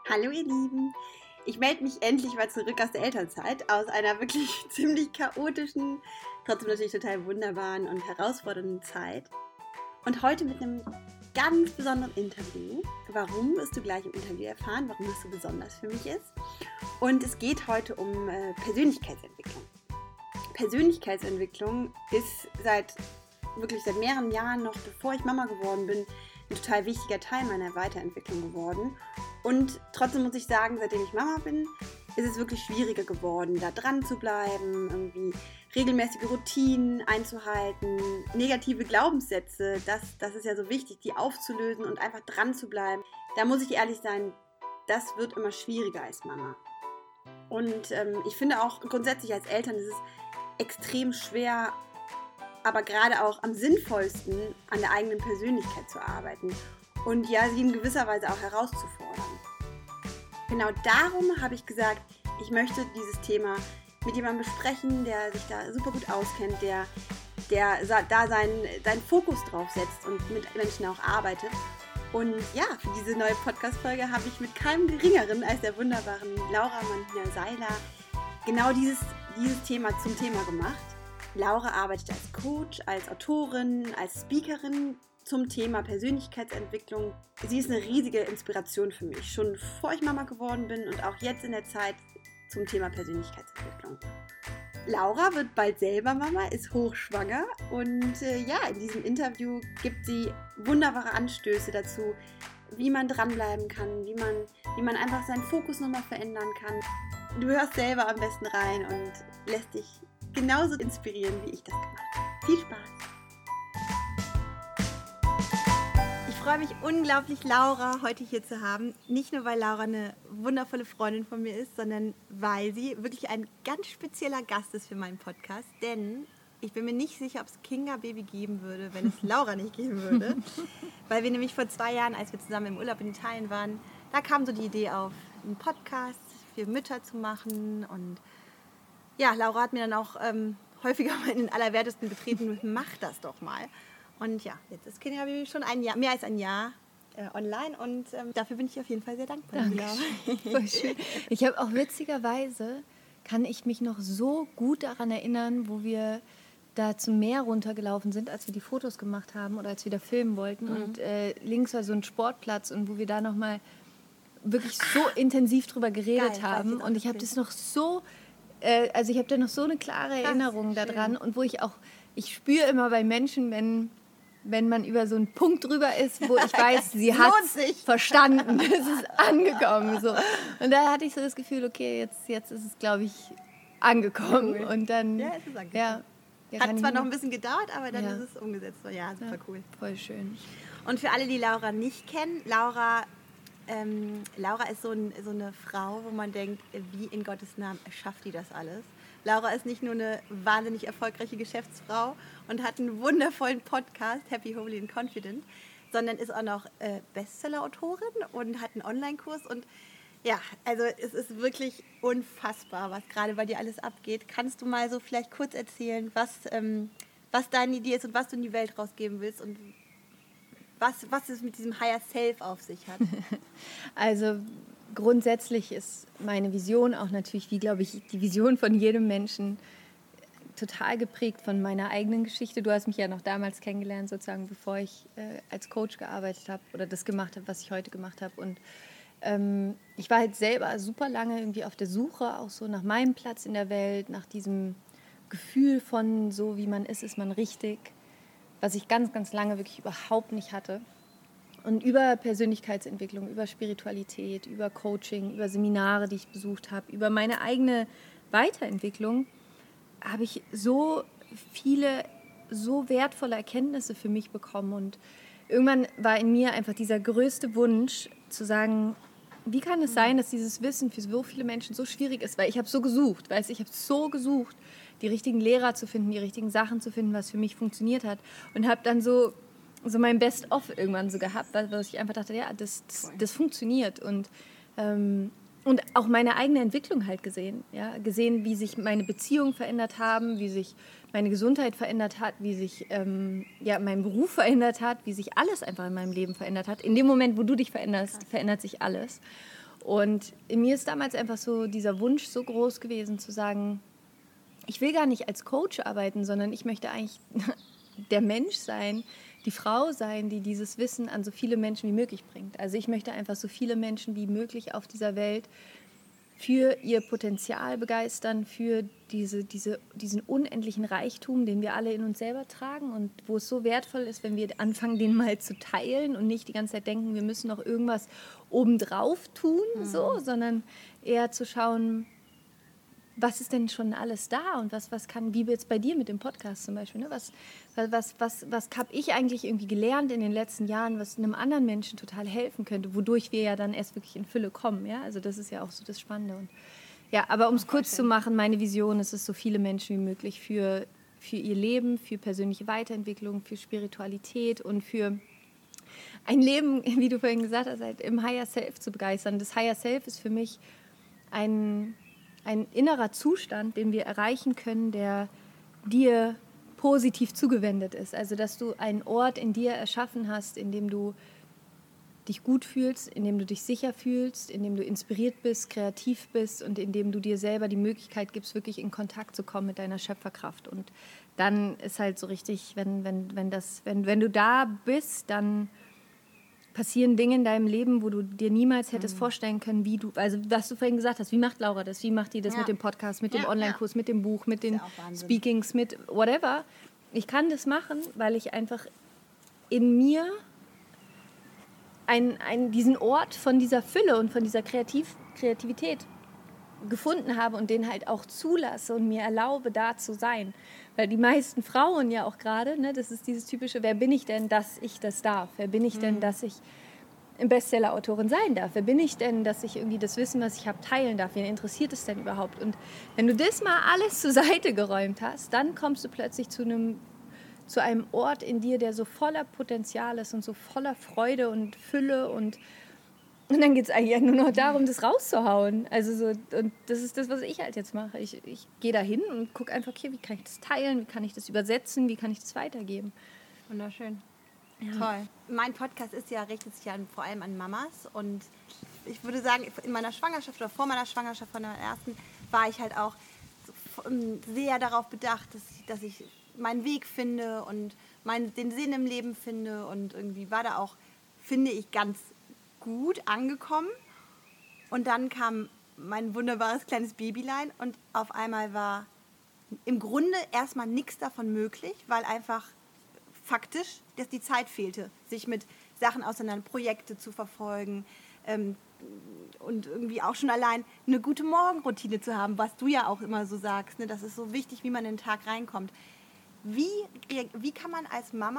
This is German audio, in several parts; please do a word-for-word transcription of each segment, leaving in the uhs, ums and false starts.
Hallo ihr Lieben, ich melde mich endlich mal zurück aus der Elternzeit, aus einer wirklich ziemlich chaotischen, trotzdem natürlich total wunderbaren und herausfordernden Zeit. Und heute mit einem ganz besonderen Interview. Warum, wirst du gleich im Interview erfahren, warum das so besonders für mich ist. Und es geht heute um äh, Persönlichkeitsentwicklung. Persönlichkeitsentwicklung ist seit wirklich seit mehreren Jahren, noch bevor ich Mama geworden bin, ein total wichtiger Teil meiner Weiterentwicklung geworden. Und trotzdem muss ich sagen, seitdem ich Mama bin, ist es wirklich schwieriger geworden, da dran zu bleiben, irgendwie regelmäßige Routinen einzuhalten, negative Glaubenssätze, das, das ist ja so wichtig, die aufzulösen und einfach dran zu bleiben. Da muss ich ehrlich sein, das wird immer schwieriger als Mama. Und ähm, ich finde auch grundsätzlich als Eltern ist es extrem schwer, aber gerade auch am sinnvollsten an der eigenen Persönlichkeit zu arbeiten und ja, sie in gewisser Weise auch herauszufordern. Genau darum habe ich gesagt, ich möchte dieses Thema mit jemandem besprechen, der sich da super gut auskennt, der, der da seinen, seinen Fokus drauf setzt und mit Menschen auch arbeitet. Und ja, für diese neue Podcast-Folge habe ich mit keinem Geringeren als der wunderbaren Laura Manhina-Seiler genau dieses, dieses Thema zum Thema gemacht. Laura arbeitet als Coach, als Autorin, als Speakerin zum Thema Persönlichkeitsentwicklung. Sie ist eine riesige Inspiration für mich, schon bevor ich Mama geworden bin und auch jetzt in der Zeit zum Thema Persönlichkeitsentwicklung. Laura wird bald selber Mama, ist hochschwanger und äh, ja, in diesem Interview gibt sie wunderbare Anstöße dazu, wie man dranbleiben kann, wie man, wie man einfach seinen Fokus nochmal verändern kann. Du hörst selber am besten rein und lässt dich genauso inspirieren, wie ich das gemacht habe. Viel Spaß! Ich freue mich unglaublich, Laura heute hier zu haben. Nicht nur, weil Laura eine wundervolle Freundin von mir ist, sondern weil sie wirklich ein ganz spezieller Gast ist für meinen Podcast. Denn ich bin mir nicht sicher, ob es Kinga Baby geben würde, wenn es Laura nicht geben würde. Weil wir nämlich vor zwei Jahren, als wir zusammen im Urlaub in Italien waren, da kam so die Idee auf, einen Podcast für Mütter zu machen. Und ja, Laura hat mir dann auch ähm, häufiger mal in den Allerwertesten getreten, mach das doch mal. Und ja, jetzt ist Kinga Baby schon ein Jahr, mehr als ein Jahr äh, online und ähm, dafür bin ich auf jeden Fall sehr dankbar. Danke. Voll schön. Ich habe auch witzigerweise, kann ich mich noch so gut daran erinnern, wo wir da zum Meer runtergelaufen sind, als wir die Fotos gemacht haben oder als wir da filmen wollten. Mhm. Und äh, links war so ein Sportplatz und wo wir da nochmal wirklich so intensiv drüber geredet Geil, haben. Und ich habe das noch so, äh, also ich habe da noch so eine klare Erinnerung daran und wo ich auch, ich spüre immer bei Menschen, wenn wenn man über so einen Punkt drüber ist, wo ich weiß, sie hat es verstanden, es ist angekommen. So. Und da hatte ich so das Gefühl, okay, jetzt, jetzt ist es, glaube ich, angekommen. Cool. Und dann, ja, es ist angekommen. Ja, ja, hat zwar noch ein bisschen gedauert, aber dann ja. ist es umgesetzt. Ja, super ja, cool. Voll schön. Und für alle, die Laura nicht kennen, Laura, ähm, Laura ist so, ein, so eine Frau, wo man denkt, wie in Gottes Namen schafft die das alles? Laura ist nicht nur eine wahnsinnig erfolgreiche Geschäftsfrau und hat einen wundervollen Podcast, Happy, Holy and Confident, sondern ist auch noch äh, Bestseller-Autorin und hat einen Online-Kurs. Und ja, also es ist wirklich unfassbar, was gerade bei dir alles abgeht. Kannst du mal so vielleicht kurz erzählen, was, ähm, was deine Idee ist und was du in die Welt rausgeben willst und was, was es mit diesem Higher Self auf sich hat? Also grundsätzlich ist meine Vision auch natürlich, wie glaube ich, die Vision von jedem Menschen total geprägt von meiner eigenen Geschichte. Du hast mich ja noch damals kennengelernt, sozusagen, bevor ich äh, als Coach gearbeitet habe oder das gemacht habe, was ich heute gemacht habe. Und ähm, ich war halt selber super lange irgendwie auf der Suche, auch so nach meinem Platz in der Welt, nach diesem Gefühl von so, wie man ist, ist man richtig, was ich ganz, ganz lange wirklich überhaupt nicht hatte. Und über Persönlichkeitsentwicklung, über Spiritualität, über Coaching, über Seminare, die ich besucht habe, über meine eigene Weiterentwicklung, habe ich so viele, so wertvolle Erkenntnisse für mich bekommen. Und irgendwann war in mir einfach dieser größte Wunsch, zu sagen, wie kann es sein, dass dieses Wissen für so viele Menschen so schwierig ist? Weil ich habe so gesucht, weißt, ich habe so gesucht, die richtigen Lehrer zu finden, die richtigen Sachen zu finden, was für mich funktioniert hat. Und habe dann so... so mein Best-of irgendwann so gehabt, weil ich einfach dachte, ja, das, das, das funktioniert. Und, ähm, und auch meine eigene Entwicklung halt gesehen. Ja? Gesehen, wie sich meine Beziehungen verändert haben, wie sich meine Gesundheit verändert hat, wie sich ähm, ja, mein Beruf verändert hat, wie sich alles einfach in meinem Leben verändert hat. In dem Moment, wo du dich veränderst, verändert sich alles. Und in mir ist damals einfach so dieser Wunsch so groß gewesen, zu sagen, ich will gar nicht als Coach arbeiten, sondern ich möchte eigentlich der Mensch sein, die Frau sein, die dieses Wissen an so viele Menschen wie möglich bringt. Also ich möchte einfach so viele Menschen wie möglich auf dieser Welt für ihr Potenzial begeistern, für diese, diese, diesen unendlichen Reichtum, den wir alle in uns selber tragen und wo es so wertvoll ist, wenn wir anfangen, den mal zu teilen und nicht die ganze Zeit denken, wir müssen noch irgendwas obendrauf tun, mhm. so, sondern eher zu schauen, was ist denn schon alles da und was, was kann, wie jetzt bei dir mit dem Podcast zum Beispiel, ne? was, was, was, was habe ich eigentlich irgendwie gelernt in den letzten Jahren, was einem anderen Menschen total helfen könnte, wodurch wir ja dann erst wirklich in Fülle kommen, ja, also das ist ja auch so das Spannende. Und ja, aber um es kurz schön zu machen, meine Vision ist es, so viele Menschen wie möglich für, für ihr Leben, für persönliche Weiterentwicklung, für Spiritualität und für ein Leben, wie du vorhin gesagt hast, halt im Higher Self zu begeistern. Das Higher Self ist für mich ein ein innerer Zustand, den wir erreichen können, der dir positiv zugewendet ist. Also, dass du einen Ort in dir erschaffen hast, in dem du dich gut fühlst, in dem du dich sicher fühlst, in dem du inspiriert bist, kreativ bist und in dem du dir selber die Möglichkeit gibst, wirklich in Kontakt zu kommen mit deiner Schöpferkraft. Und dann ist halt so richtig, wenn, wenn, wenn, das, wenn, wenn du da bist, dann passieren Dinge in deinem Leben, wo du dir niemals hättest mhm. vorstellen können, wie du, also was du vorhin gesagt hast, wie macht Laura das, wie macht die das ja. mit dem Podcast, mit ja, dem Online-Kurs, ja. mit dem Buch, mit den Speakings, mit whatever. Ich kann das machen, weil ich einfach in mir ein, ein, diesen Ort von dieser Fülle und von dieser Kreativ- Kreativität gefunden habe und den halt auch zulasse und mir erlaube, da zu sein. Weil die meisten Frauen ja auch gerade, ne, das ist dieses typische, wer bin ich denn, dass ich das darf? Wer bin ich denn, dass ich Bestseller-Autorin sein darf? Wer bin ich denn, dass ich irgendwie das Wissen, was ich habe, teilen darf? Wen interessiert es denn überhaupt? Und wenn du das mal alles zur Seite geräumt hast, dann kommst du plötzlich zu einem, zu einem Ort in dir, der so voller Potenzial ist und so voller Freude und Fülle und Und dann geht es eigentlich nur noch darum, das rauszuhauen. Also so, und das ist das, was ich halt jetzt mache. Ich, ich gehe da hin und gucke einfach, okay, wie kann ich das teilen, wie kann ich das übersetzen, wie kann ich das weitergeben. Wunderschön. Ja. Toll. Mein Podcast ist ja, richtet sich ja vor allem an Mamas. Und ich würde sagen, in meiner Schwangerschaft oder vor meiner Schwangerschaft, von der ersten, war ich halt auch sehr darauf bedacht, dass ich, dass ich meinen Weg finde und mein, den Sinn im Leben finde. Und irgendwie war da auch, finde ich, ganz gut angekommen und dann kam mein wunderbares kleines Babylein und auf einmal war im Grunde erstmal nichts davon möglich, weil einfach faktisch dass die Zeit fehlte, sich mit Sachen auseinander, Projekte zu verfolgen ähm, und irgendwie auch schon allein eine gute Morgenroutine zu haben, was du ja auch immer so sagst, ne? Das ist so wichtig, wie man in den Tag reinkommt. Wie, wie kann man als Mama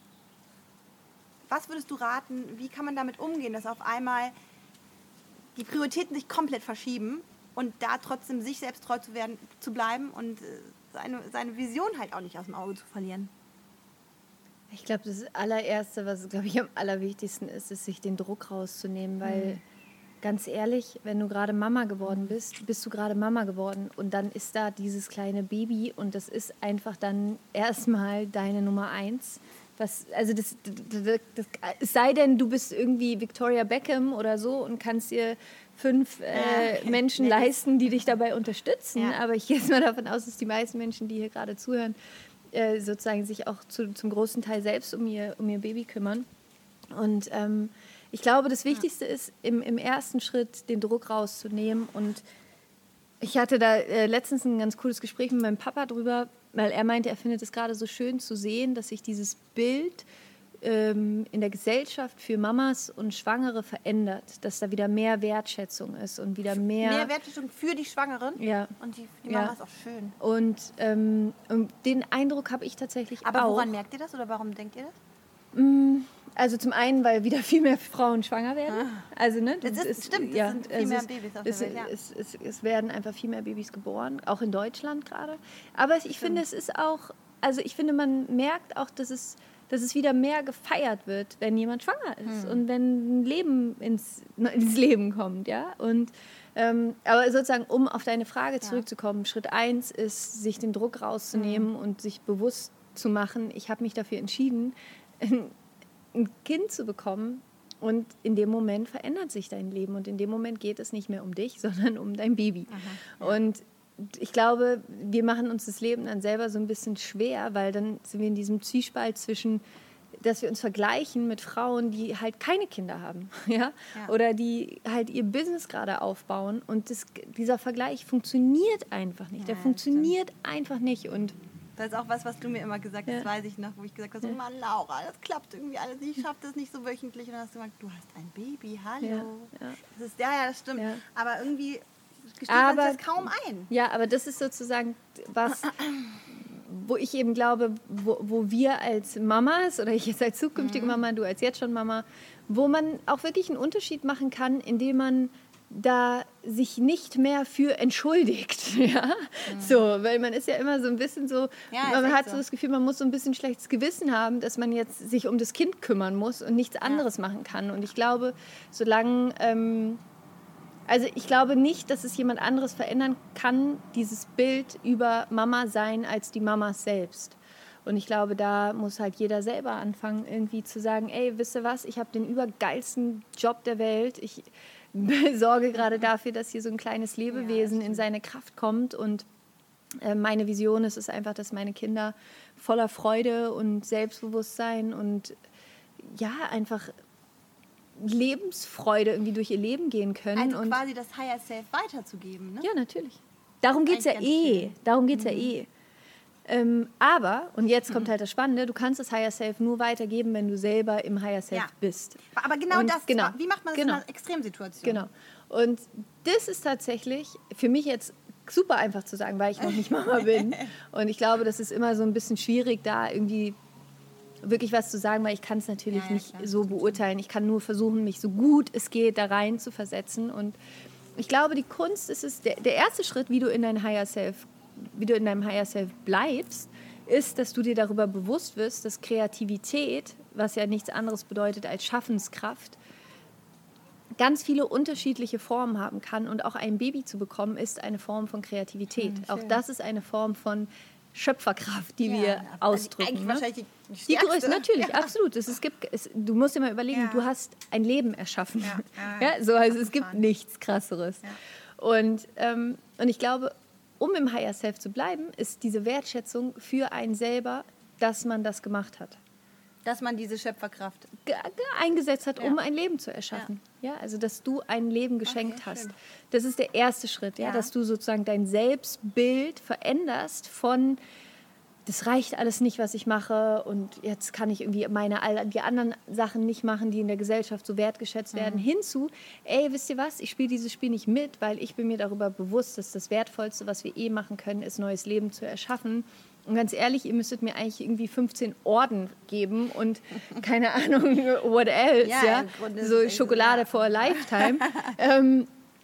Was würdest du raten, wie kann man damit umgehen, dass auf einmal die Prioritäten sich komplett verschieben und da trotzdem sich selbst treu zu werden, zu bleiben und seine, seine Vision halt auch nicht aus dem Auge zu verlieren? Ich glaube, das allererste, was, glaube ich, am allerwichtigsten ist, ist, sich den Druck rauszunehmen, weil mhm. ganz ehrlich, wenn du gerade Mama geworden bist, bist du gerade Mama geworden und dann ist da dieses kleine Baby und das ist einfach dann erstmal deine Nummer eins. Was, also das, das, das, es sei denn, du bist irgendwie Victoria Beckham oder so und kannst dir fünf äh, ja. Menschen nee. leisten, die dich dabei unterstützen. Ja. Aber ich gehe jetzt mal davon aus, dass die meisten Menschen, die hier gerade zuhören, äh, sozusagen sich auch zu, zum großen Teil selbst um ihr, um ihr Baby kümmern. Und ähm, ich glaube, das Wichtigste ja. ist, im, im ersten Schritt den Druck rauszunehmen. Und ich hatte da äh, letztens ein ganz cooles Gespräch mit meinem Papa drüber, weil er meinte, er findet es gerade so schön zu sehen, dass sich dieses Bild ähm, in der Gesellschaft für Mamas und Schwangere verändert, dass da wieder mehr Wertschätzung ist und wieder mehr... Mehr Wertschätzung für die Schwangeren? Ja. Und die, die Mama ja. ist auch schön. Und, ähm, und den Eindruck habe ich tatsächlich Aber auch. Aber woran merkt ihr das oder warum denkt ihr das? Also zum einen, weil wieder viel mehr Frauen schwanger werden. Also, ne, das ist, es, stimmt, ja, es sind viel mehr Babys auf der es, Welt, ja. es, es, es werden einfach viel mehr Babys geboren, auch in Deutschland gerade. Aber ich stimmt. finde, es ist auch, also ich finde, man merkt auch, dass es, dass es wieder mehr gefeiert wird, wenn jemand schwanger ist hm. und wenn ein Leben ins, ins Leben kommt, ja. Und ähm, aber sozusagen, um auf deine Frage zurückzukommen, ja. Schritt eins ist, sich den Druck rauszunehmen hm. und sich bewusst zu machen, ich habe mich dafür entschieden, ein Kind zu bekommen, Und in dem Moment verändert sich dein Leben und in dem Moment geht es nicht mehr um dich, sondern um dein Baby. Aha, ja. Und ich glaube, wir machen uns das Leben dann selber so ein bisschen schwer, weil dann sind wir in diesem Zwiespalt zwischen, dass wir uns vergleichen mit Frauen, die halt keine Kinder haben, ja? Ja. Oder die halt ihr Business gerade aufbauen und das, dieser Vergleich funktioniert einfach nicht. Ja, der funktioniert stimmt. einfach nicht und das ist auch was, was du mir immer gesagt hast, ja. das weiß ich noch, wo ich gesagt habe, so, Mann, Laura, das klappt irgendwie alles, ich schaffe das nicht so wöchentlich. Und dann hast du gesagt, du hast ein Baby, hallo. Ja, ja. Das ist, ja, ja, das stimmt. Ja. Aber irgendwie gesteht man das kaum ein. Ja, aber das ist sozusagen was, wo ich eben glaube, wo, wo wir als Mamas, oder ich jetzt als zukünftige mhm. Mama, du als jetzt schon Mama, wo man auch wirklich einen Unterschied machen kann, indem man da sich nicht mehr für entschuldigt, ja, mhm. so, weil man ist ja immer so ein bisschen so, ja, man hat so das Gefühl, man muss so ein bisschen schlechtes Gewissen haben, dass man jetzt sich um das Kind kümmern muss und nichts anderes ja. machen kann. Und ich glaube, solange, ähm, also ich glaube nicht, dass es jemand anderes verändern kann, dieses Bild über Mama sein, als die Mamas selbst. Und ich glaube, da muss halt jeder selber anfangen, irgendwie zu sagen, ey, wisst ihr was, ich habe den übergeilsten Job der Welt, ich sorge gerade dafür, dass hier so ein kleines Lebewesen ja, in seine Kraft kommt und äh, meine Vision ist es einfach, dass meine Kinder voller Freude und Selbstbewusstsein und ja, einfach Lebensfreude irgendwie durch ihr Leben gehen können. Also und quasi das Higher Self weiterzugeben, ne? Ja, natürlich. Darum geht es ja eh. Darum geht's mhm. ja eh. Ähm, aber, und jetzt kommt halt das Spannende, du kannst das Higher Self nur weitergeben, wenn du selber im Higher Self ja. bist. Aber genau und das, genau, wie macht man das genau, in einer Extremsituation? Genau. Und das ist tatsächlich für mich jetzt super einfach zu sagen, weil ich noch nicht Mama bin. Und ich glaube, das ist immer so ein bisschen schwierig, da irgendwie wirklich was zu sagen, weil ich kann es natürlich ja, ja, nicht klar, so beurteilen. Ich kann nur versuchen, mich so gut es geht da rein zu versetzen. Und ich glaube, die Kunst ist es, der, der erste Schritt, wie du in dein Higher Self wie du in deinem Higher Self bleibst, ist, dass du dir darüber bewusst wirst, dass Kreativität, was ja nichts anderes bedeutet als Schaffenskraft, ganz viele unterschiedliche Formen haben kann. Und auch ein Baby zu bekommen, ist eine Form von Kreativität. Mhm, auch das ist eine Form von Schöpferkraft, die ja, wir ausdrücken. Also eigentlich ne? wahrscheinlich die, die größte. Natürlich, ja. absolut. Es, es gibt, es, du musst dir mal überlegen, ja. du hast ein Leben erschaffen. Ja. Ja. Ja, so, also es gibt nichts Krasseres. Ja. Und, ähm, und ich glaube, um im Higher Self zu bleiben, ist diese Wertschätzung für einen selber, dass man das gemacht hat. Dass man diese Schöpferkraft ge- ge- eingesetzt hat, ja. um ein Leben zu erschaffen. Ja. Ja, also, dass du ein Leben geschenkt okay, hast. Schön. Das ist der erste Schritt, ja, ja, dass du sozusagen dein Selbstbild veränderst von, das reicht alles nicht, was ich mache und jetzt kann ich irgendwie meine all die anderen Sachen nicht machen, die in der Gesellschaft so wertgeschätzt mhm. werden, hinzu, ey, wisst ihr was, ich spiele dieses Spiel nicht mit, weil ich bin mir darüber bewusst, dass das Wertvollste, was wir eh machen können, ist, neues Leben zu erschaffen. Und ganz ehrlich, ihr müsstet mir eigentlich irgendwie fünfzehn Orden geben und keine Ahnung, what else, ja, ja? So Schokolade for a lifetime. ähm,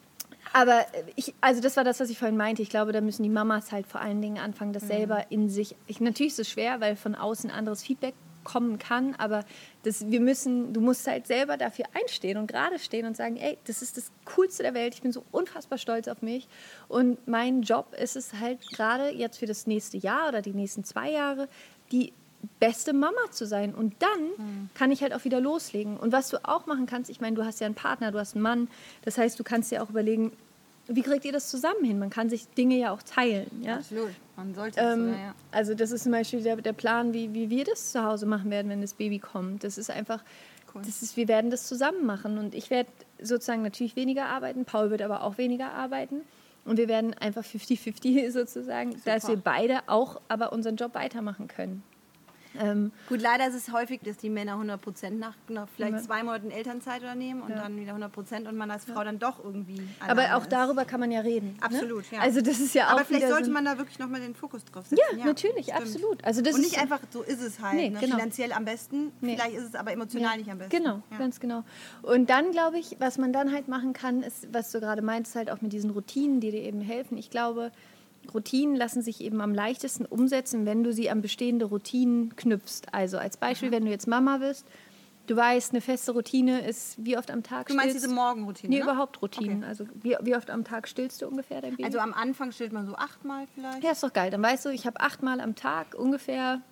Aber ich, also das war das, was ich vorhin meinte. Ich glaube, da müssen die Mamas halt vor allen Dingen anfangen, das mhm. selber in sich. Ich, natürlich ist es schwer, weil von außen anderes Feedback kommen kann, aber das, wir müssen, du musst halt selber dafür einstehen und gerade stehen und sagen, ey, das ist das Coolste der Welt, ich bin so unfassbar stolz auf mich und mein Job ist es halt gerade jetzt für das nächste Jahr oder die nächsten zwei Jahre, die beste Mama zu sein und dann mhm. kann ich halt auch wieder loslegen. Und was du auch machen kannst, ich meine, du hast ja einen Partner, du hast einen Mann, das heißt, du kannst dir auch überlegen, wie kriegt ihr das zusammen hin? Man kann sich Dinge ja auch teilen. Ja? Absolut, man sollte es ähm, sogar, ja. Also das ist zum Beispiel der, der Plan, wie, wie wir das zu Hause machen werden, wenn das Baby kommt. Das ist einfach, cool. das ist, wir werden das zusammen machen und ich werde sozusagen natürlich weniger arbeiten, Paul wird aber auch weniger arbeiten und wir werden einfach fünfzig fünfzig sozusagen, super. Dass wir beide auch aber unseren Job weitermachen können. Ähm, Gut, leider ist es häufig, dass die Männer hundert Prozent nach, nach vielleicht ja. zwei Monaten Elternzeit übernehmen und ja. dann wieder hundert Prozent und man als Frau ja. dann doch irgendwie aber auch ist. Darüber kann man ja reden. Absolut, ne? ja. Also das ist ja auch aber vielleicht sollte so man da wirklich nochmal den Fokus drauf setzen. Ja, ja natürlich, stimmt. Absolut. Also das und ist nicht einfach, so ist es halt, nee, ne? Genau. Finanziell am besten, nee. vielleicht ist es aber emotional ja. nicht am besten. Genau, ja. ganz genau. Und dann glaube ich, was man dann halt machen kann, ist, was du gerade meintest, halt auch mit diesen Routinen, die dir eben helfen. Ich glaube, Routinen lassen sich eben am leichtesten umsetzen, wenn du sie an bestehende Routinen knüpfst. Also als Beispiel, wenn du jetzt Mama bist, du weißt, eine feste Routine ist, wie oft am Tag stillst du? Du meinst diese Morgenroutine, Nee, ne? überhaupt Routinen. Okay. Also wie, wie oft am Tag stillst du ungefähr dein Baby? Also am Anfang stillt man so achtmal vielleicht? Ja, ist doch geil. Dann weißt du, ich habe achtmal am Tag ungefähr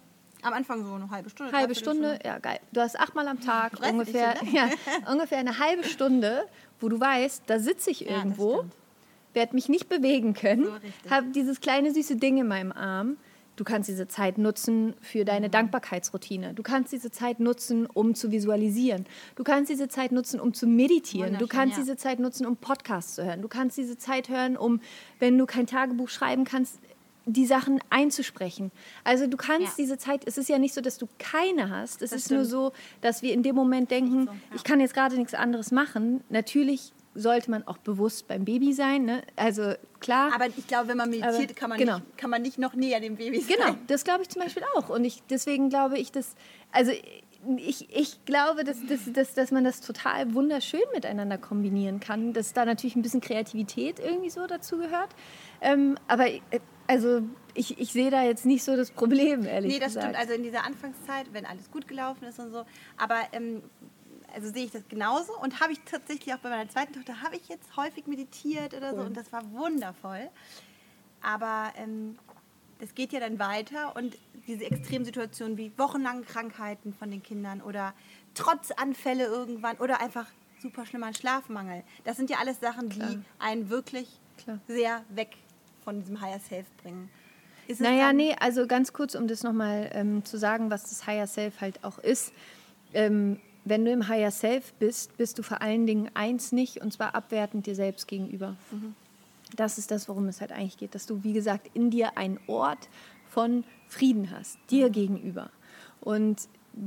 Am Anfang so eine halbe Stunde. Halbe Stunde, ja geil. Du hast achtmal am Tag Weiß ungefähr, nicht, ne? ja, ungefähr eine halbe Stunde, wo du weißt, da sitze ich Ja, das irgendwo, stimmt. werde mich nicht bewegen können, So richtig. habe dieses kleine süße Ding in meinem Arm. Du kannst diese Zeit nutzen für deine Dankbarkeitsroutine. Du kannst diese Zeit nutzen, um zu visualisieren. Du kannst diese Zeit nutzen, um zu meditieren. Du Wunderschön, kannst ja. diese Zeit nutzen, um Podcasts zu hören. Du kannst diese Zeit hören, um, wenn du kein Tagebuch schreiben kannst, die Sachen einzusprechen. Also du kannst Ja. diese Zeit, es ist ja nicht so, dass du keine hast. Es Das ist nur stimmt. so, dass wir in dem Moment denken, so, ja. ich kann jetzt gerade nichts anderes machen. Natürlich sollte man auch bewusst beim Baby sein. Ne? Also klar. Aber ich glaube, wenn man meditiert, Aber- kann, man genau. nicht, kann man nicht noch näher dem Baby sein. Genau, das glaube ich zum Beispiel auch. Und ich, deswegen glaube ich, dass, also ich, ich glaube, dass, dass, dass, dass man das total wunderschön miteinander kombinieren kann, dass da natürlich ein bisschen Kreativität irgendwie so dazu gehört. Ähm, aber äh, also ich, ich sehe da jetzt nicht so das Problem, ehrlich Nee, das gesagt. stimmt. Also in dieser Anfangszeit, wenn alles gut gelaufen ist und so. Aber ähm, also sehe ich das genauso. Und habe ich tatsächlich auch bei meiner zweiten Tochter, habe ich jetzt häufig meditiert oder so. Cool. Und das war wundervoll. Aber ähm, das geht ja dann weiter. Und diese Extremsituationen wie wochenlange Krankheiten von den Kindern oder Trotzanfälle irgendwann oder einfach super schlimmer Schlafmangel. Das sind ja alles Sachen, Klar. die einen wirklich Klar. sehr weg von diesem Higher Self bringen. Ist es Naja, dann- nee, also ganz kurz, um das nochmal ähm, zu sagen, was das Higher Self halt auch ist. Ähm, wenn du im Higher Self bist, bist du vor allen Dingen eins nicht, und zwar abwertend dir selbst gegenüber. Das ist das, worum es halt eigentlich geht, dass du, wie gesagt, in dir einen Ort von Frieden hast, dir gegenüber. Und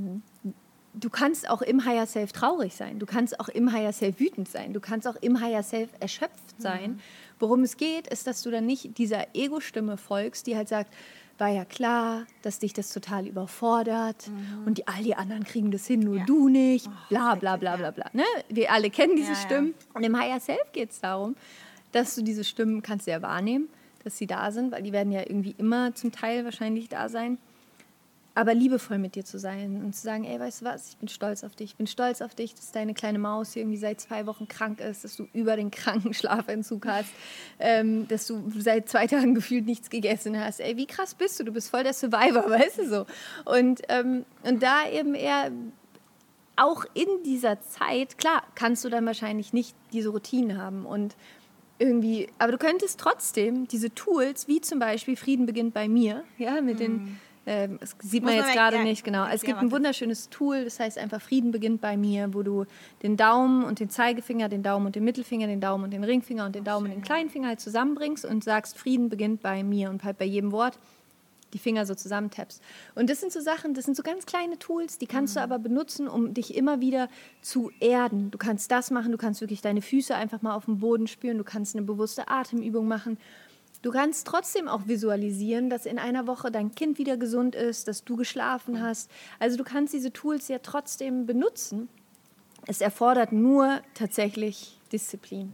du kannst auch im Higher Self traurig sein, du kannst auch im Higher Self wütend sein, du kannst auch im Higher Self erschöpft sein. Worum es geht, ist, dass du dann nicht dieser Ego-Stimme folgst, die halt sagt, war ja klar, dass dich das total überfordert und die, all die anderen kriegen das hin, nur Ja. du nicht, bla schrecklich, bla bla ja. bla bla. Ne? Wir alle kennen diese Ja, ja. Stimmen. Und im Higher Self geht es darum, dass du diese Stimmen kannst du ja wahrnehmen, dass sie da sind, weil die werden ja irgendwie immer zum Teil wahrscheinlich da sein. Aber liebevoll mit dir zu sein und zu sagen, ey, weißt du was, ich bin stolz auf dich. Ich bin stolz auf dich, dass deine kleine Maus hier irgendwie seit zwei Wochen krank ist, dass du über den kranken Schlafentzug hast, ähm, dass du seit zwei Tagen gefühlt nichts gegessen hast. Ey, wie krass bist du? Du bist voll der Survivor, weißt du so. Und, ähm, und da eben eher auch in dieser Zeit, klar, kannst du dann wahrscheinlich nicht diese Routinen haben und irgendwie, aber du könntest trotzdem diese Tools, wie zum Beispiel Frieden beginnt bei mir, ja, mit den, ähm, das sieht man Muss man jetzt weg- gerade ja, nicht, genau. Es erklär gibt mal ein kurz. wunderschönes Tool, das heißt einfach Frieden beginnt bei mir, wo du den Daumen und den Zeigefinger, den Daumen und den Mittelfinger, den Daumen und den Ringfinger und den Daumen und den kleinen Finger halt zusammenbringst und sagst, Frieden beginnt bei mir und halt bei jedem Wort die Finger so zusammentappst. Und das sind so Sachen, das sind so ganz kleine Tools, die kannst du aber benutzen, um dich immer wieder zu erden. Du kannst das machen, du kannst wirklich deine Füße einfach mal auf dem Boden spüren, du kannst eine bewusste Atemübung machen. Du kannst trotzdem auch visualisieren, dass in einer Woche dein Kind wieder gesund ist, dass du geschlafen hast. Also du kannst diese Tools ja trotzdem benutzen. Es erfordert nur tatsächlich Disziplin.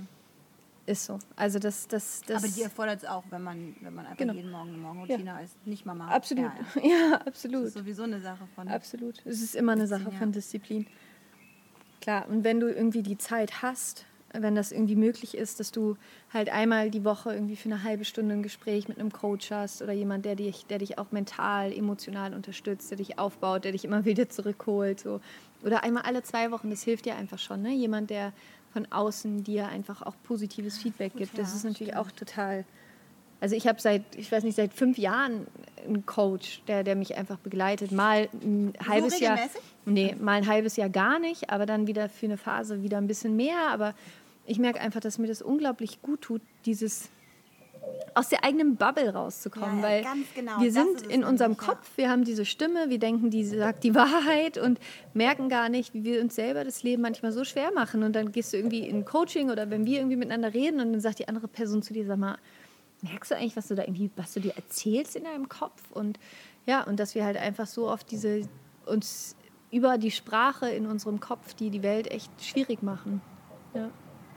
Ist so. Also das, das, das Aber die erfordert es auch, wenn man, wenn man einfach Genau. jeden Morgen eine Morgenroutine Ja. ist. Nicht Mama. absolut. Ja, ja. Ja, Das absolut. ist sowieso eine Sache von. Absolut. Es ist immer eine Sache Disziplin, von ja. Disziplin. Klar, und wenn du irgendwie die Zeit hast, wenn das irgendwie möglich ist, dass du halt einmal die Woche irgendwie für eine halbe Stunde ein Gespräch mit einem Coach hast oder jemand, der dich, der dich auch mental, emotional unterstützt, der dich aufbaut, der dich immer wieder zurückholt. So. Oder einmal alle zwei Wochen, das hilft dir einfach schon. Ne? Jemand, der von außen dir einfach auch positives Feedback Gut, gibt. ja, Das ist natürlich stimmt. auch total... Also ich habe seit, ich weiß nicht, seit fünf Jahren einen Coach, der, der mich einfach begleitet. Mal ein halbes Jahr, regelmäßig? nee, mal ein halbes Jahr gar nicht, aber dann wieder für eine Phase wieder ein bisschen mehr. Aber ich merke einfach, dass mir das unglaublich gut tut, dieses aus der eigenen Bubble rauszukommen, Ja, ja, weil ganz genau, wir das sind ist es in unserem nämlich, ja. Kopf, wir haben diese Stimme, wir denken, die sagt die Wahrheit und merken gar nicht, wie wir uns selber das Leben manchmal so schwer machen. Und dann gehst du irgendwie in Coaching oder wenn wir irgendwie miteinander reden und dann sagt die andere Person zu dir, sag mal, merkst du eigentlich, was du da irgendwie, was du dir erzählst in deinem Kopf? Und ja, und dass wir halt einfach so oft diese uns über die Sprache in unserem Kopf, die die Welt echt schwierig machen. Ja.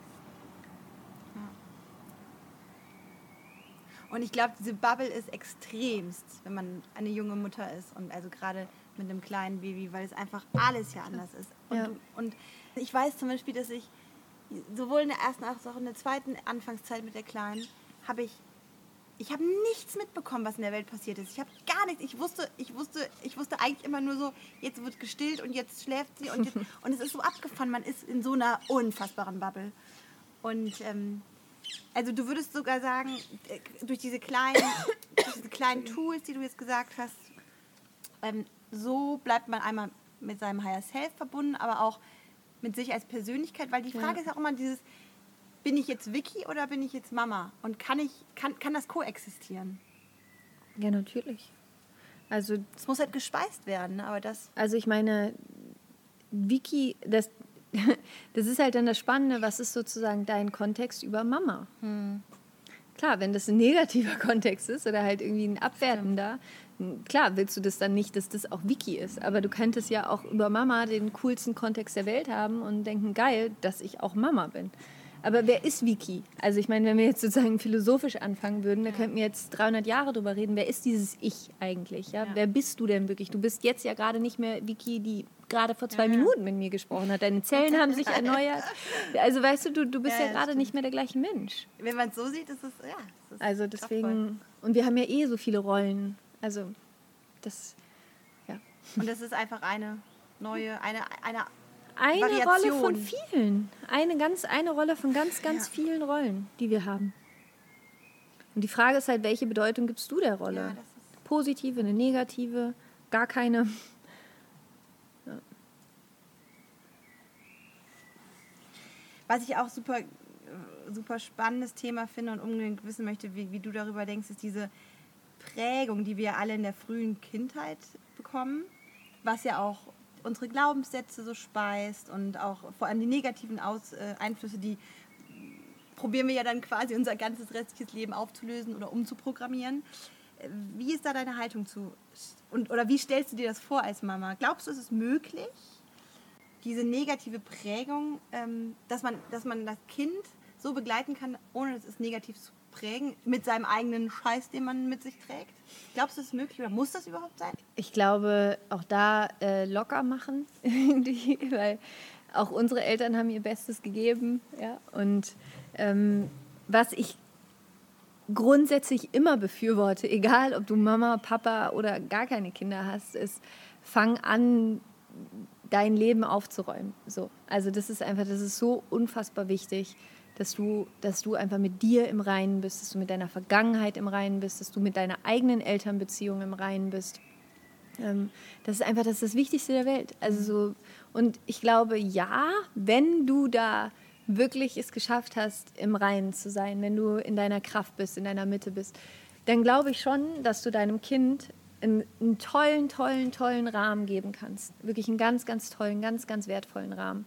Und ich glaube, diese Bubble ist extremst, wenn man eine junge Mutter ist und also gerade mit einem kleinen Baby, weil es einfach alles ja anders ist. Und, Ja. du, und ich weiß zum Beispiel, dass ich sowohl in der ersten als auch in der zweiten Anfangszeit mit der Kleinen habe ich ich habe nichts mitbekommen, was in der Welt passiert ist. Ich habe gar nichts. Ich wusste, ich wusste, ich wusste eigentlich immer nur so, jetzt wird gestillt und jetzt schläft sie und, jetzt, und es ist so abgefahren. Man ist in so einer unfassbaren Bubble. Und ähm, also du würdest sogar sagen, durch diese kleinen, durch diese kleinen Tools, die du jetzt gesagt hast, ähm, so bleibt man einmal mit seinem Higher Self verbunden, aber auch mit sich als Persönlichkeit, weil die Frage ja. ist auch immer dieses, bin ich jetzt Vicky oder bin ich jetzt Mama? Und kann ich, kann, kann das koexistieren? Ja, natürlich. Also es muss halt gespeist werden, aber das... Also ich meine, Vicky, das, das ist halt dann das Spannende, was ist sozusagen dein Kontext über Mama? Hm. Klar, wenn das ein negativer Kontext ist oder halt irgendwie ein abwertender, klar willst du das dann nicht, dass das auch Vicky ist, aber du könntest ja auch über Mama den coolsten Kontext der Welt haben und denken, geil, dass ich auch Mama bin. Aber wer ist Vicky? Also ich meine, wenn wir jetzt sozusagen philosophisch anfangen würden, da könnten wir jetzt dreihundert Jahre drüber reden. Wer ist dieses Ich eigentlich? Ja? Ja. Wer bist du denn wirklich? Du bist jetzt ja gerade nicht mehr Vicky, die gerade vor zwei ja, Minuten mit mir gesprochen hat. Deine Zellen haben sich erneuert. Also weißt du, du, du bist ja, ja gerade nicht mehr der gleiche Mensch. Wenn man es so sieht, ist es, ja. Es ist also deswegen, und wir haben ja eh so viele Rollen. Also das, ja. Und das ist einfach eine neue, eine, eine Eine Variation. Rolle von vielen. Eine, ganz, eine Rolle von ganz, ganz ja. vielen Rollen, die wir haben. Und die Frage ist halt, welche Bedeutung gibst du der Rolle? Ja, das ist positive, eine negative, gar keine. Ja. Was ich auch super, super spannendes Thema finde und unbedingt wissen möchte, wie, wie du darüber denkst, ist diese Prägung, die wir alle in der frühen Kindheit bekommen, was ja auch unsere Glaubenssätze so speist und auch vor allem die negativen Aus, äh, Einflüsse, die probieren wir ja dann quasi unser ganzes restliches Leben aufzulösen oder umzuprogrammieren. Wie ist da deine Haltung zu? Und, oder wie stellst du dir das vor als Mama? Glaubst du, es ist möglich, diese negative Prägung, ähm, dass man, dass man das Kind so begleiten kann, ohne dass es negativ zu prägen, mit seinem eigenen Scheiß, den man mit sich trägt? Glaubst du, das ist möglich oder muss das überhaupt sein? Ich glaube, auch da äh, locker machen, weil auch unsere Eltern haben ihr Bestes gegeben. Ja? Und ähm, was ich grundsätzlich immer befürworte, egal ob du Mama, Papa oder gar keine Kinder hast, ist, fang an, dein Leben aufzuräumen. So. Also das ist einfach, das ist so unfassbar wichtig, dass du, dass du einfach mit dir im Reinen bist, dass du mit deiner Vergangenheit im Reinen bist, dass du mit deiner eigenen Elternbeziehung im Reinen bist. Ähm, das ist einfach das, ist das Wichtigste der Welt. Also so, und ich glaube, ja, wenn du da wirklich es geschafft hast, im Reinen zu sein, wenn du in deiner Kraft bist, in deiner Mitte bist, dann glaube ich schon, dass du deinem Kind einen, einen tollen, tollen, tollen Rahmen geben kannst. Wirklich einen ganz, ganz tollen, ganz, ganz wertvollen Rahmen.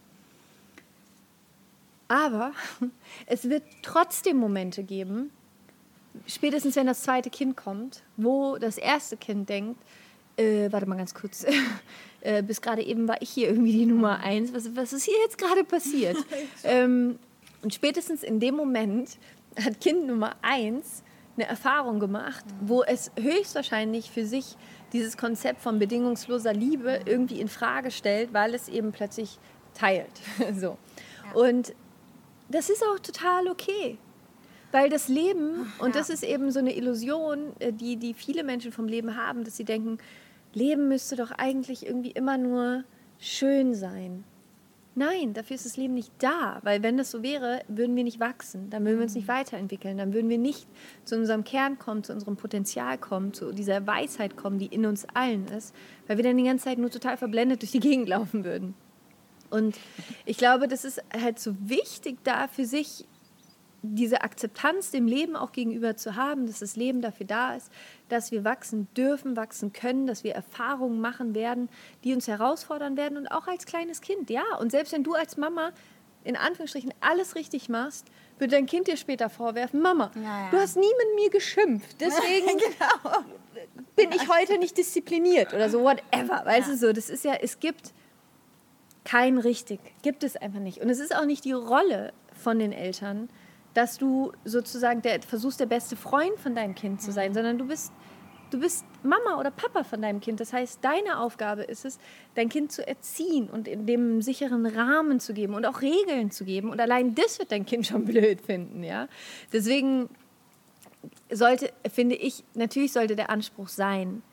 Aber es wird trotzdem Momente geben, spätestens wenn das zweite Kind kommt, wo das erste Kind denkt, äh, warte mal ganz kurz, äh, bis gerade eben war ich hier irgendwie die Nummer eins, was, was ist hier jetzt gerade passiert? ähm, und spätestens in dem Moment hat Kind Nummer eins eine Erfahrung gemacht, wo es höchstwahrscheinlich für sich dieses Konzept von bedingungsloser Liebe irgendwie in Frage stellt, weil es eben plötzlich teilt. so. Ja. Und das ist auch total okay, weil das Leben, und das ist eben so eine Illusion, die, die viele Menschen vom Leben haben, dass sie denken, Leben müsste doch eigentlich irgendwie immer nur schön sein. Nein, dafür ist das Leben nicht da, weil wenn das so wäre, würden wir nicht wachsen, dann würden wir uns nicht weiterentwickeln, dann würden wir nicht zu unserem Kern kommen, zu unserem Potenzial kommen, zu dieser Weisheit kommen, die in uns allen ist, weil wir dann die ganze Zeit nur total verblendet durch die Gegend laufen würden. Und ich glaube, das ist halt so wichtig, da für sich diese Akzeptanz dem Leben auch gegenüber zu haben, dass das Leben dafür da ist, dass wir wachsen dürfen, wachsen können, dass wir Erfahrungen machen werden, die uns herausfordern werden und auch als kleines Kind, ja. Und selbst wenn du als Mama in Anführungsstrichen alles richtig machst, wird dein Kind dir später vorwerfen, Mama, ja, ja. du hast nie mit mir geschimpft, deswegen genau. bin ich heute nicht diszipliniert oder so, whatever, weißt ja. du so, das ist ja, es gibt kein richtig, gibt es einfach nicht. Und es ist auch nicht die Rolle von den Eltern, dass du sozusagen der, versuchst, der beste Freund von deinem Kind zu sein, mhm. sondern du bist, du bist Mama oder Papa von deinem Kind. Das heißt, deine Aufgabe ist es, dein Kind zu erziehen und in dem einen sicheren Rahmen zu geben und auch Regeln zu geben. Und allein das wird dein Kind schon blöd finden. Ja? Deswegen sollte, finde ich, natürlich sollte der Anspruch sein,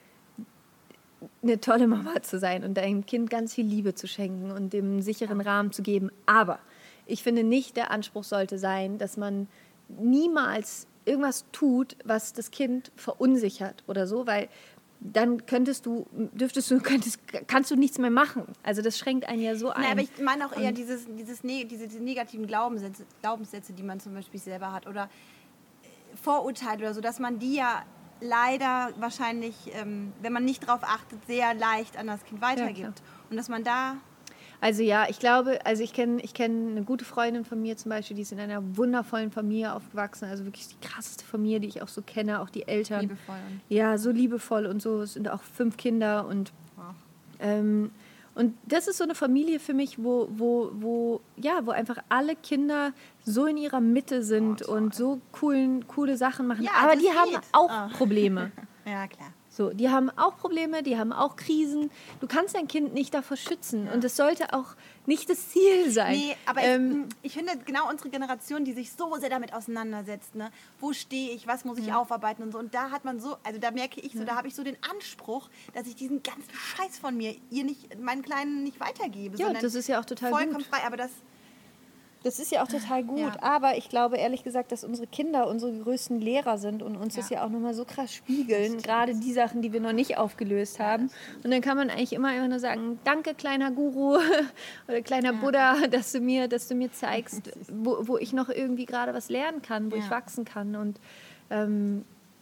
eine tolle Mama zu sein und deinem Kind ganz viel Liebe zu schenken und dem einen sicheren Rahmen zu geben. Aber ich finde nicht, der Anspruch sollte sein, dass man niemals irgendwas tut, was das Kind verunsichert oder so, weil dann könntest du, dürftest du, könntest, kannst du nichts mehr machen. Also das schränkt einen ja so ein. Nein, aber ich meine auch eher dieses, dieses ne, diese, diese negativen Glaubenssätze, Glaubenssätze, die man zum Beispiel selber hat oder Vorurteile oder so, dass man die ja leider wahrscheinlich, ähm, wenn man nicht drauf achtet, sehr leicht an das Kind weitergibt. Ja, und dass man da... Also ja, ich glaube, also ich kenne ich kenn eine gute Freundin von mir zum Beispiel, die ist in einer wundervollen Familie aufgewachsen, also wirklich die krasseste Familie, die ich auch so kenne, auch die Eltern. Liebevoll. Ja, so liebevoll und so, es sind auch fünf Kinder und ähm, und das ist so eine Familie für mich, wo, wo, wo, ja, wo einfach alle Kinder so in ihrer Mitte sind oh, und so coolen, coole Sachen machen. Ja, aber die geht. haben auch oh. Probleme. Ja, klar. So, die haben auch Probleme, die haben auch Krisen. Du kannst dein Kind nicht davor schützen. Ja. Und das sollte auch nicht das Ziel sein. Nee, aber ähm, ich, ich finde genau unsere Generation, die sich so sehr damit auseinandersetzt. Ne? Wo stehe ich, was muss ich ja. aufarbeiten und so. Und da hat man so, also da merke ich so, ja. da habe ich so den Anspruch, dass ich diesen ganzen Scheiß von mir ihr nicht, meinen Kleinen nicht weitergebe. Ja, das ist ja auch total vollkommen gut. frei, aber das... Das ist ja auch total gut, ja. aber ich glaube ehrlich gesagt, dass unsere Kinder unsere größten Lehrer sind und uns ja. das ja auch nochmal so krass spiegeln, gerade die Sachen, die wir noch nicht aufgelöst haben. Und dann kann man eigentlich immer, immer nur sagen, danke kleiner Guru oder kleiner ja. Buddha, dass du mir, dass du mir zeigst, wo, wo ich noch irgendwie gerade was lernen kann, wo ja. ich wachsen kann. Und, ähm,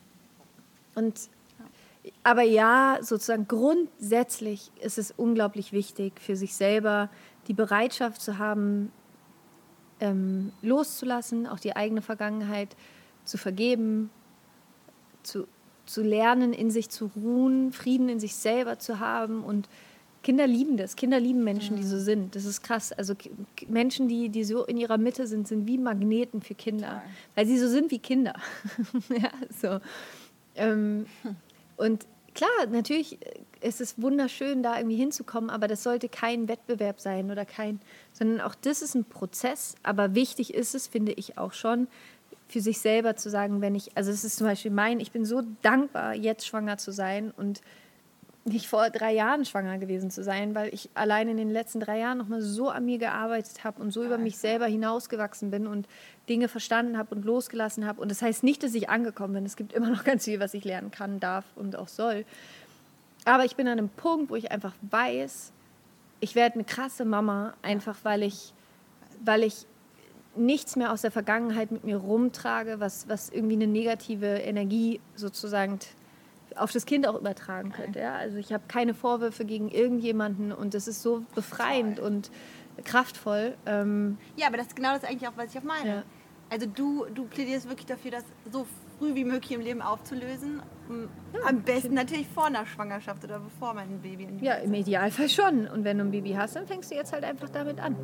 und aber ja, sozusagen grundsätzlich ist es unglaublich wichtig für sich selber die Bereitschaft zu haben, Ähm, loszulassen, auch die eigene Vergangenheit zu vergeben, zu, zu lernen, in sich zu ruhen, Frieden in sich selber zu haben. Und Kinder lieben das. Kinder lieben Menschen, mhm. die so sind. Das ist krass. Also K- Menschen, die, die so in ihrer Mitte sind, sind wie Magneten für Kinder, Toll. weil sie so sind wie Kinder. ja, so. Ähm, hm. Und klar, natürlich ist es wunderschön, da irgendwie hinzukommen, aber das sollte kein Wettbewerb sein oder kein, sondern auch das ist ein Prozess. Aber wichtig ist es, finde ich auch schon, für sich selber zu sagen, wenn ich, also es ist zum Beispiel mein, ich bin so dankbar, jetzt schwanger zu sein und nicht vor drei Jahren schwanger gewesen zu sein, weil ich allein in den letzten drei Jahren nochmal so an mir gearbeitet habe und so über mich selber hinausgewachsen bin und Dinge verstanden habe und losgelassen habe. Und das heißt nicht, dass ich angekommen bin. Es gibt immer noch ganz viel, was ich lernen kann, darf und auch soll. Aber ich bin an einem Punkt, wo ich einfach weiß, ich werde eine krasse Mama, einfach weil ich, weil ich nichts mehr aus der Vergangenheit mit mir rumtrage, was, was irgendwie eine negative Energie sozusagen auf das Kind auch übertragen könnte. Ja? Also ich habe keine Vorwürfe gegen irgendjemanden und das ist so befreiend Toll. und kraftvoll. Ähm ja, aber das ist genau das eigentlich auch, was ich auch meine. Ja. Also du, du plädierst wirklich dafür, das so früh wie möglich im Leben aufzulösen. Ja, Am besten natürlich vor einer Schwangerschaft oder bevor mein Baby in die Ja, im Idealfall schon. Und wenn du ein Baby hast, dann fängst du jetzt halt einfach damit an.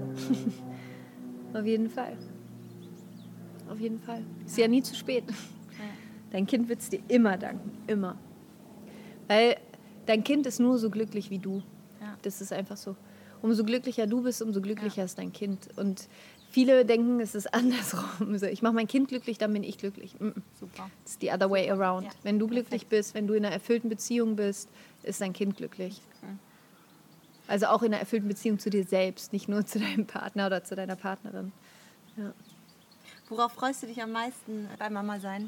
Auf jeden Fall. Auf jeden Fall. Ist ja, ja nie zu spät. Ja. Dein Kind wird es dir immer danken. Immer. Weil dein Kind ist nur so glücklich wie du. Ja. Das ist einfach so. Umso glücklicher du bist, umso glücklicher ja. ist dein Kind. Und viele denken, es ist andersrum. So, ich mache mein Kind glücklich, dann bin ich glücklich. Mm-mm. Super. It's the other way around. Ja. Wenn du glücklich bist, wenn du in einer erfüllten Beziehung bist, ist dein Kind glücklich. Okay. Also auch in einer erfüllten Beziehung zu dir selbst, nicht nur zu deinem Partner oder zu deiner Partnerin. Ja. Worauf freust du dich am meisten bei Mama sein?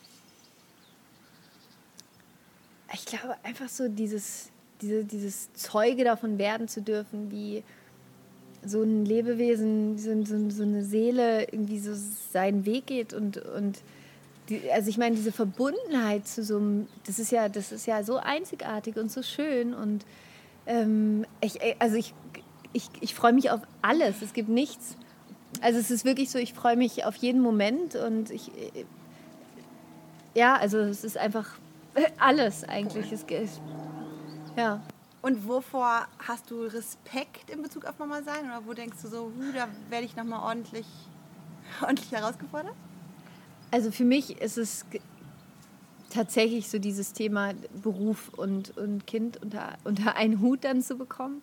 Ich glaube einfach so dieses, diese, dieses Zeuge davon werden zu dürfen, wie so ein Lebewesen, so, so, so eine Seele irgendwie so seinen Weg geht und, und die, also ich meine, diese Verbundenheit zu so einem, das ist ja, das ist ja so einzigartig und so schön und ähm, ich, also ich, ich, ich freue mich auf alles, es gibt nichts, also es ist wirklich so, ich freue mich auf jeden Moment und ich, ja, also es ist einfach alles eigentlich, es, ja. Und wovor hast du Respekt in Bezug auf Mama sein? Oder wo denkst du so, huh, da werde ich nochmal ordentlich, ordentlich herausgefordert? Also für mich ist es g- tatsächlich so dieses Thema Beruf und, und Kind unter, unter einen Hut dann zu bekommen.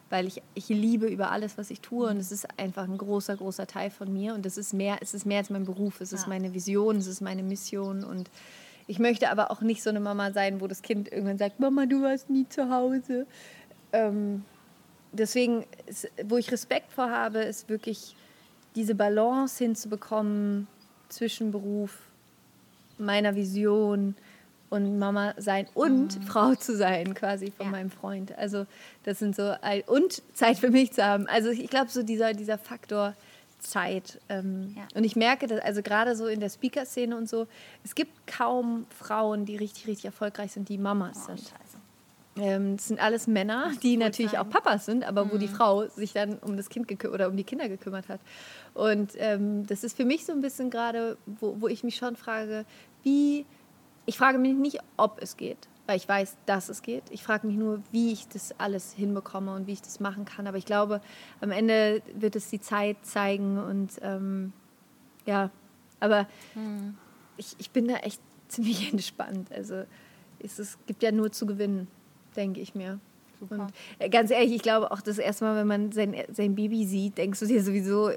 weil ich, ich liebe über alles, was ich tue und es ist einfach ein großer, großer Teil von mir und es ist mehr, es ist mehr als mein Beruf, es ist Ja. meine Vision, es ist meine Mission und ich möchte aber auch nicht so eine Mama sein, wo das Kind irgendwann sagt, Mama, du warst nie zu Hause. Ähm, deswegen, ist, wo ich Respekt vor habe, ist wirklich diese Balance hinzubekommen zwischen Beruf, meiner Vision und Mama sein und mhm. Frau zu sein quasi von ja. meinem Freund. Also das sind so, und Zeit für mich zu haben. Also ich glaube so dieser, dieser Faktor Zeit. Ähm, ja. Und ich merke, dass also gerade so in der Speaker-Szene und so, es gibt kaum Frauen, die richtig, richtig erfolgreich sind, die Mamas oh, sind. Ähm, das sind alles Männer, die natürlich sein. auch Papas sind, aber mhm. wo die Frau sich dann um das Kind gekü- oder um die Kinder gekümmert hat. Und ähm, das ist für mich so ein bisschen gerade, wo, wo ich mich schon frage, wie, ich frage mich nicht, ob es geht, weil ich weiß, dass es geht. Ich frage mich nur, wie ich das alles hinbekomme und wie ich das machen kann. Aber ich glaube, am Ende wird es die Zeit zeigen und ähm, ja, aber mhm. ich, ich bin da echt ziemlich entspannt. Also es, es gibt ja nur zu gewinnen, denke ich mir. Super. Und äh, ganz ehrlich, ich glaube auch das erste Mal, wenn man sein, sein Baby sieht, denkst du dir sowieso,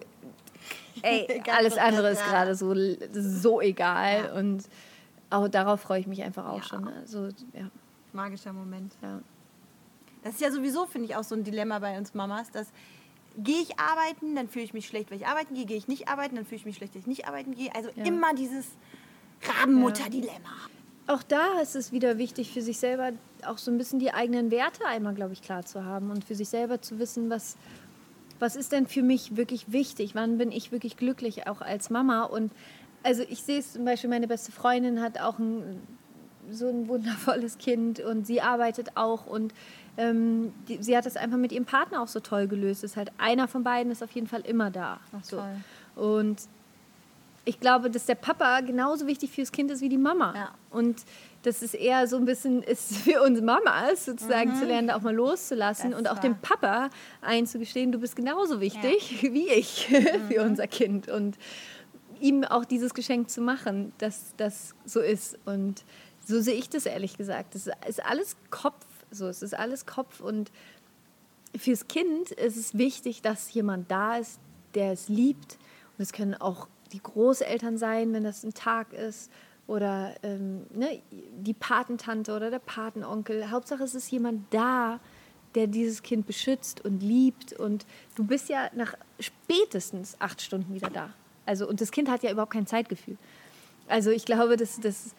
ey, alles andere ist gerade so, so egal. Ja. Und auch darauf freue ich mich einfach auch ja. schon. Also, ja. Magischer Moment. Ja. Das ist ja sowieso, finde ich, auch so ein Dilemma bei uns Mamas, dass gehe ich arbeiten, dann fühle ich mich schlecht, weil ich arbeiten gehe, gehe ich nicht arbeiten, dann fühle ich mich schlecht, weil ich nicht arbeiten gehe. Also ja. immer dieses Rabenmutter-Dilemma. Auch da ist es wieder wichtig, für sich selber auch so ein bisschen die eigenen Werte einmal, glaube ich, klar zu haben und für sich selber zu wissen, was, was ist denn für mich wirklich wichtig, wann bin ich wirklich glücklich, auch als Mama. Und also ich sehe es zum Beispiel, meine beste Freundin hat auch ein, so ein wundervolles Kind und sie arbeitet auch und ähm, die, sie hat das einfach mit ihrem Partner auch so toll gelöst. Es ist halt einer von beiden ist auf jeden Fall immer da. Ach, so. Toll. Und ich glaube, dass der Papa genauso wichtig fürs Kind ist wie die Mama. Ja. Und das ist eher so ein bisschen ist für uns Mamas sozusagen mhm. zu lernen, da auch mal loszulassen das und auch wahr. dem Papa einzugestehen, du bist genauso wichtig ja. wie ich mhm. für unser Kind. Und ihm auch dieses Geschenk zu machen, dass das so ist. Und so sehe ich das ehrlich gesagt. Das ist alles Kopf. So, es ist alles Kopf. Und fürs Kind ist es wichtig, dass jemand da ist, der es liebt. Und es können auch die Großeltern sein, wenn das ein Tag ist. Oder ähm, ne, die Patentante oder der Patenonkel. Hauptsache, es ist jemand da, der dieses Kind beschützt und liebt. Und du bist ja nach spätestens acht Stunden wieder da. Also, und das Kind hat ja überhaupt kein Zeitgefühl. Also ich glaube, dass, dass,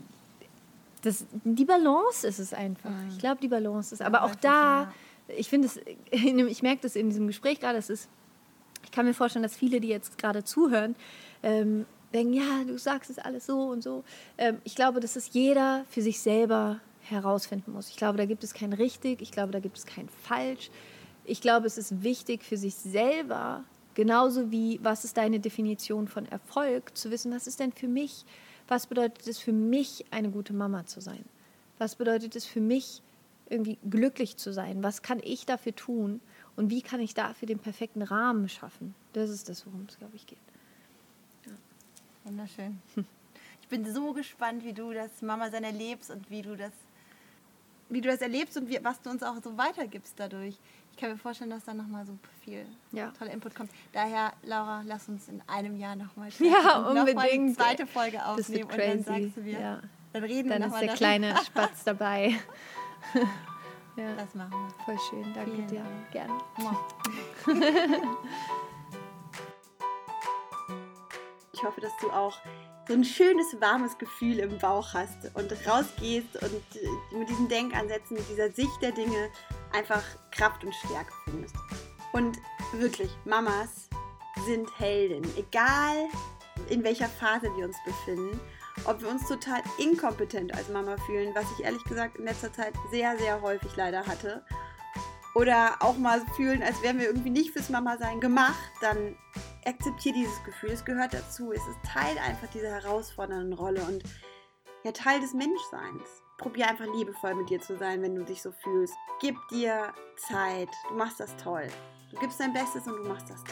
dass die Balance ist es einfach. Mhm. Ich glaube, die Balance ist. Aber auch da, ich finde es, ich merke das in diesem Gespräch gerade, es ist, ich kann mir vorstellen, dass viele, die jetzt gerade zuhören, ähm, denken, ja, du sagst es alles so und so. Ähm, ich glaube, dass es jeder für sich selber herausfinden muss. Ich glaube, da gibt es kein richtig, ich glaube, da gibt es kein falsch. Ich glaube, es ist wichtig für sich selber, genauso wie, was ist deine Definition von Erfolg, zu wissen, was ist denn für mich, was bedeutet es für mich, eine gute Mama zu sein? Was bedeutet es für mich, irgendwie glücklich zu sein? Was kann ich dafür tun? Und wie kann ich dafür den perfekten Rahmen schaffen? Das ist das, worum es, glaube ich, geht. Ja. Wunderschön. Ich bin so gespannt, wie du das Mama-Sein erlebst und wie du das, wie du das erlebst und wie, was du uns auch so weitergibst dadurch. Ich kann mir vorstellen, dass da nochmal so viel ja. toller Input kommt. Daher, Laura, lass uns in einem Jahr nochmal ja, und unbedingt. noch mal die zweite Folge aufnehmen und dann sagst du mir, ja. dann reden dann wir nochmal. Dann ist der kleine Spatz dabei. Ja. Das machen wir. Voll schön, danke Vielen dir. Dank. Gerne. Ich hoffe, dass du auch so ein schönes, warmes Gefühl im Bauch hast und rausgehst und mit diesen Denkansätzen, mit dieser Sicht der Dinge einfach Kraft und Stärke findest. Und wirklich, Mamas sind Helden, egal in welcher Phase wir uns befinden. Ob wir uns total inkompetent als Mama fühlen, was ich ehrlich gesagt in letzter Zeit sehr, sehr häufig leider hatte. Oder auch mal fühlen, als wären wir irgendwie nicht fürs Mama-Sein gemacht, dann akzeptiere dieses Gefühl. Es gehört dazu. Es ist Teil einfach dieser herausfordernden Rolle und ja, Teil des Menschseins. Probier einfach liebevoll mit dir zu sein, wenn du dich so fühlst. Gib dir Zeit. Du machst das toll. Du gibst dein Bestes und du machst das toll.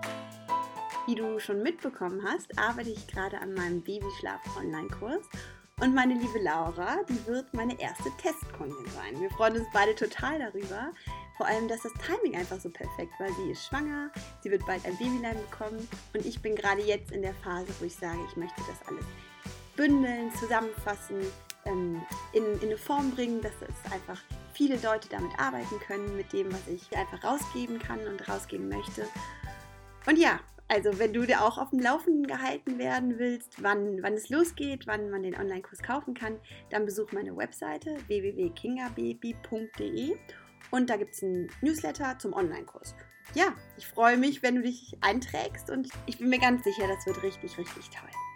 Wie du schon mitbekommen hast, arbeite ich gerade an meinem Babyschlaf-Online-Kurs. Und meine liebe Laura, die wird meine erste Testkundin sein. Wir freuen uns beide total darüber. Vor allem, dass das Timing einfach so perfekt war. Sie ist schwanger, sie wird bald ein Babylein bekommen und ich bin gerade jetzt in der Phase, wo ich sage, ich möchte das alles bündeln, zusammenfassen, ähm, in, in eine Form bringen, dass es einfach viele Leute damit arbeiten können, mit dem, was ich einfach rausgeben kann und rausgeben möchte. Und ja, also wenn du dir auch auf dem Laufenden gehalten werden willst, wann, wann es losgeht, wann man den Online-Kurs kaufen kann, dann besuch meine Webseite w w w punkt kingababy punkt d e und da gibt es einen Newsletter zum Online-Kurs. Ja, ich freue mich, wenn du dich einträgst und ich bin mir ganz sicher, das wird richtig, richtig toll.